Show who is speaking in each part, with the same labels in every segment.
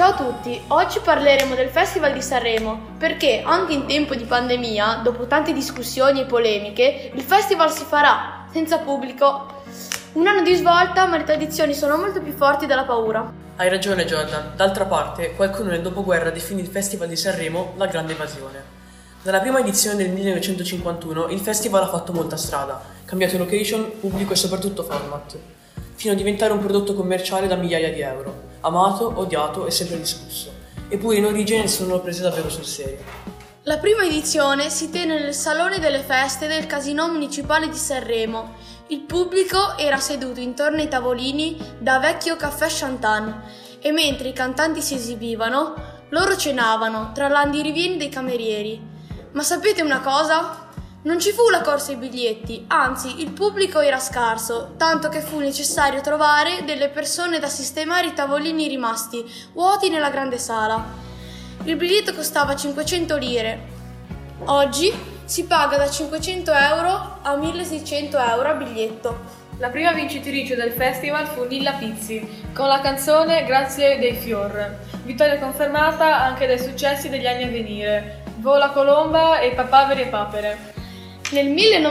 Speaker 1: Ciao a tutti, oggi parleremo del Festival di Sanremo perché anche in tempo di pandemia, dopo tante discussioni e polemiche, il festival si farà senza pubblico. Un anno di svolta, ma le tradizioni sono molto più forti della paura.
Speaker 2: Hai ragione Jordan, d'altra parte qualcuno nel dopoguerra definì il Festival di Sanremo la grande evasione. Dalla prima edizione del 1951 il festival ha fatto molta strada, cambiato location, pubblico e soprattutto format, fino a diventare un prodotto commerciale da migliaia di euro, amato, odiato e sempre discusso. Eppure in origine nessuno lo prese davvero sul serio.
Speaker 1: La prima edizione si tenne nel Salone delle Feste del Casinò Municipale di Sanremo. Il pubblico era seduto intorno ai tavolini da vecchio caffè Chantan e mentre i cantanti si esibivano, loro cenavano tra l'andirivieni dei camerieri. Ma sapete una cosa? Non ci fu la corsa ai biglietti, anzi il pubblico era scarso, tanto che fu necessario trovare delle persone da sistemare i tavolini rimasti vuoti nella grande sala. Il biglietto costava 500 lire. Oggi si paga da 500 euro a 1600 euro a biglietto.
Speaker 3: La prima vincitrice del festival fu Nilla Pizzi, con la canzone Grazie dei Fior, vittoria confermata anche dai successi degli anni a venire, Vola Colomba e Papaveri e Papere.
Speaker 1: Nel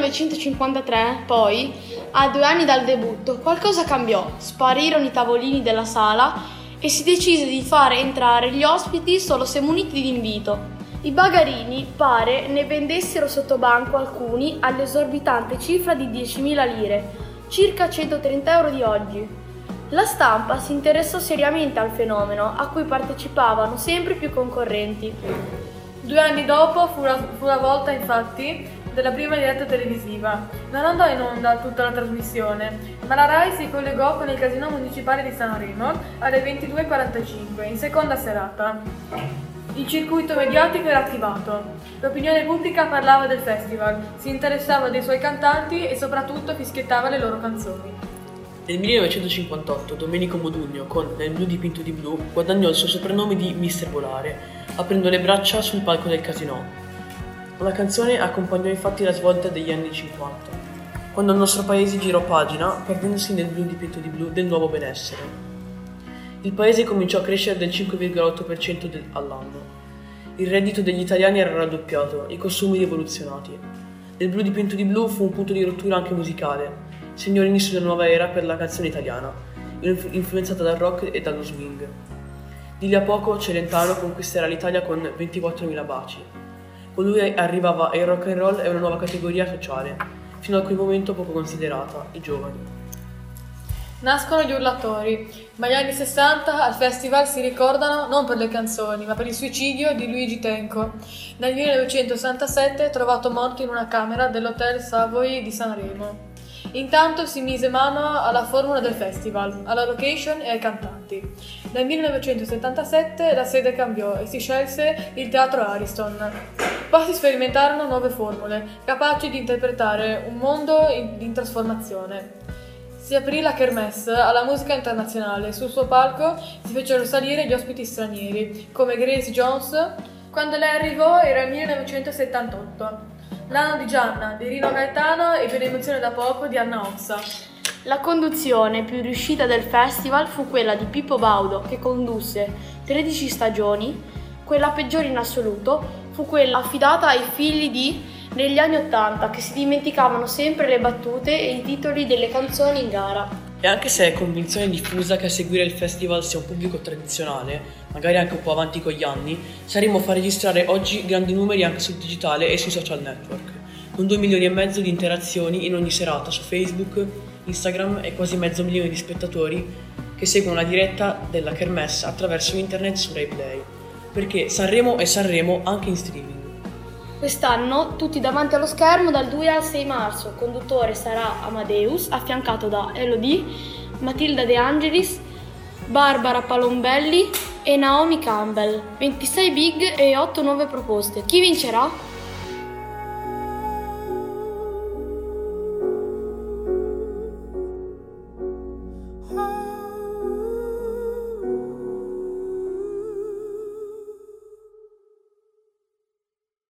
Speaker 1: 1953, poi, a 2 anni dal debutto, qualcosa cambiò, sparirono i tavolini della sala e si decise di fare entrare gli ospiti solo se muniti di invito. I bagarini pare ne vendessero sotto banco alcuni all'esorbitante cifra di 10.000 lire, circa 130 euro di oggi. La stampa si interessò seriamente al fenomeno, a cui partecipavano sempre più concorrenti.
Speaker 3: 2 anni dopo fu la volta, infatti, della prima diretta televisiva. Non andò in onda tutta la trasmissione, ma la RAI si collegò con il Casinò Municipale di Sanremo alle 22:45, in seconda serata. Il circuito mediatico era attivato. L'opinione pubblica parlava del festival, si interessava dei suoi cantanti e soprattutto fischiettava le loro canzoni.
Speaker 2: Nel 1958 Domenico Modugno, con Nel blu dipinto di blu, guadagnò il suo soprannome di Mister Volare, aprendo le braccia sul palco del Casinò. La canzone accompagnò infatti la svolta degli anni 50, quando il nostro paese girò pagina, perdendosi nel blu dipinto di blu del nuovo benessere. Il paese cominciò a crescere del 5,8% all'anno. Il reddito degli italiani era raddoppiato, i consumi rivoluzionati. Nel blu dipinto di blu fu un punto di rottura anche musicale, segnò l'inizio della nuova era per la canzone italiana, influenzata dal rock e dallo swing. Di lì a poco Celentano conquisterà l'Italia con 24.000 baci. Con lui arrivava il rock and roll e una nuova categoria sociale, fino a quel momento poco considerata, i giovani.
Speaker 3: Nascono gli urlatori, ma gli anni 60 al festival si ricordano non per le canzoni, ma per il suicidio di Luigi Tenco, nel 1967 trovato morto in una camera dell'Hotel Savoy di Sanremo. Intanto si mise mano alla formula del festival, alla location e ai cantanti. Nel 1977 la sede cambiò e si scelse il Teatro Ariston. Poi si sperimentarono nuove formule, capaci di interpretare un mondo in trasformazione. Si aprì la Kermesse alla musica internazionale e sul suo palco si fecero salire gli ospiti stranieri, come Grace Jones. Quando lei arrivò era il 1978. L'anno di Gianna, di Rino Gaetano e per emozione da poco di Anna Oxa.
Speaker 1: La conduzione più riuscita del festival fu quella di Pippo Baudo, che condusse 13 stagioni. Quella peggiore in assoluto fu quella affidata ai figli negli anni '80, che si dimenticavano sempre le battute e i titoli delle canzoni in gara.
Speaker 2: E anche se è convinzione diffusa che a seguire il festival sia un pubblico tradizionale, magari anche un po' avanti con gli anni, Sanremo fa registrare oggi grandi numeri anche sul digitale e sui social network, con 2,5 milioni di interazioni in ogni serata su Facebook, Instagram e quasi 500.000 di spettatori che seguono la diretta della Kermesse attraverso internet su Rai Play. Perché Sanremo è Sanremo anche in streaming.
Speaker 1: Quest'anno tutti davanti allo schermo dal 2 al 6 marzo. Conduttore sarà Amadeus, affiancato da Elodie, Matilda De Angelis, Barbara Palombelli e Naomi Campbell. 26 big e 8 nuove proposte. Chi vincerà?